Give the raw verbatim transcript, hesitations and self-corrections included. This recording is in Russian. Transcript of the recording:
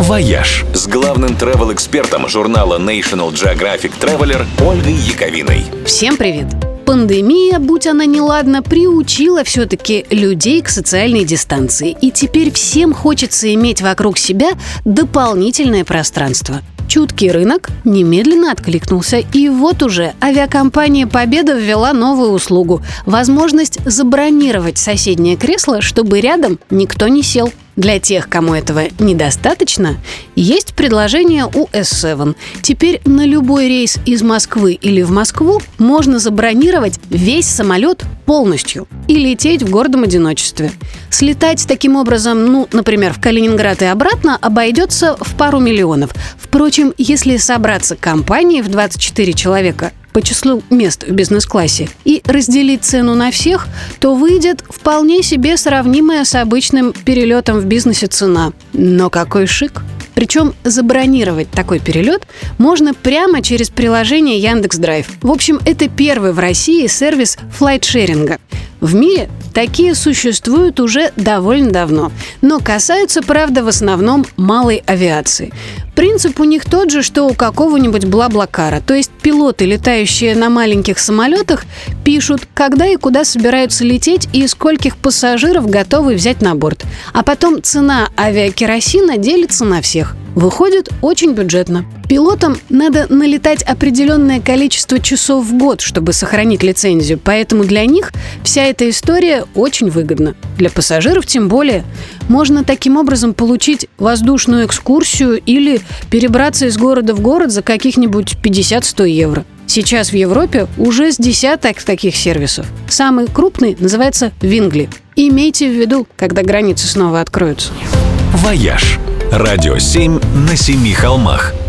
«Вояж» с главным travel-экспертом журнала National Geographic Traveler Ольгой Яковиной. Всем привет! Пандемия, будь она неладна, приучила все-таки людей к социальной дистанции. И теперь всем хочется иметь вокруг себя дополнительное пространство. Чуткий рынок немедленно откликнулся. И вот уже авиакомпания «Победа» ввела новую услугу – возможность забронировать соседнее кресло, чтобы рядом никто не сел. Для тех, кому этого недостаточно, есть предложение у эс семь. Теперь на любой рейс из Москвы или в Москву можно забронировать весь самолет полностью и лететь в гордом одиночестве. Слетать таким образом, ну, например, в Калининград и обратно, обойдется в пару миллионов. Впрочем, если собраться компанией в двадцать четыре человека по числу мест в бизнес-классе и разделить цену на всех, то выйдет вполне себе сравнимая с обычным перелетом в бизнесе цена. Но какой шик! Причем забронировать такой перелет можно прямо через приложение Яндекс.Драйв. В общем, это первый в России сервис флайт-шеринга. В мире такие существуют уже довольно давно, но касаются, правда, в основном малой авиации. Принцип у них тот же, что у какого-нибудь бла-блакара, то есть пилоты, летающие на маленьких самолетах, пишут, когда и куда собираются лететь и скольких пассажиров готовы взять на борт. А потом цена авиакеросина делится на всех. Выходит очень бюджетно. Пилотам надо налетать определенное количество часов в год, чтобы сохранить лицензию, поэтому для них вся эта история очень выгодна. Для пассажиров тем более. Можно таким образом получить воздушную экскурсию или перебраться из города в город за каких-нибудь пятьдесят-сто евро. Сейчас в Европе уже с десяток таких сервисов. Самый крупный называется Вингли. Имейте в виду, когда границы снова откроются. «Вояж». Радио семь на семи холмах.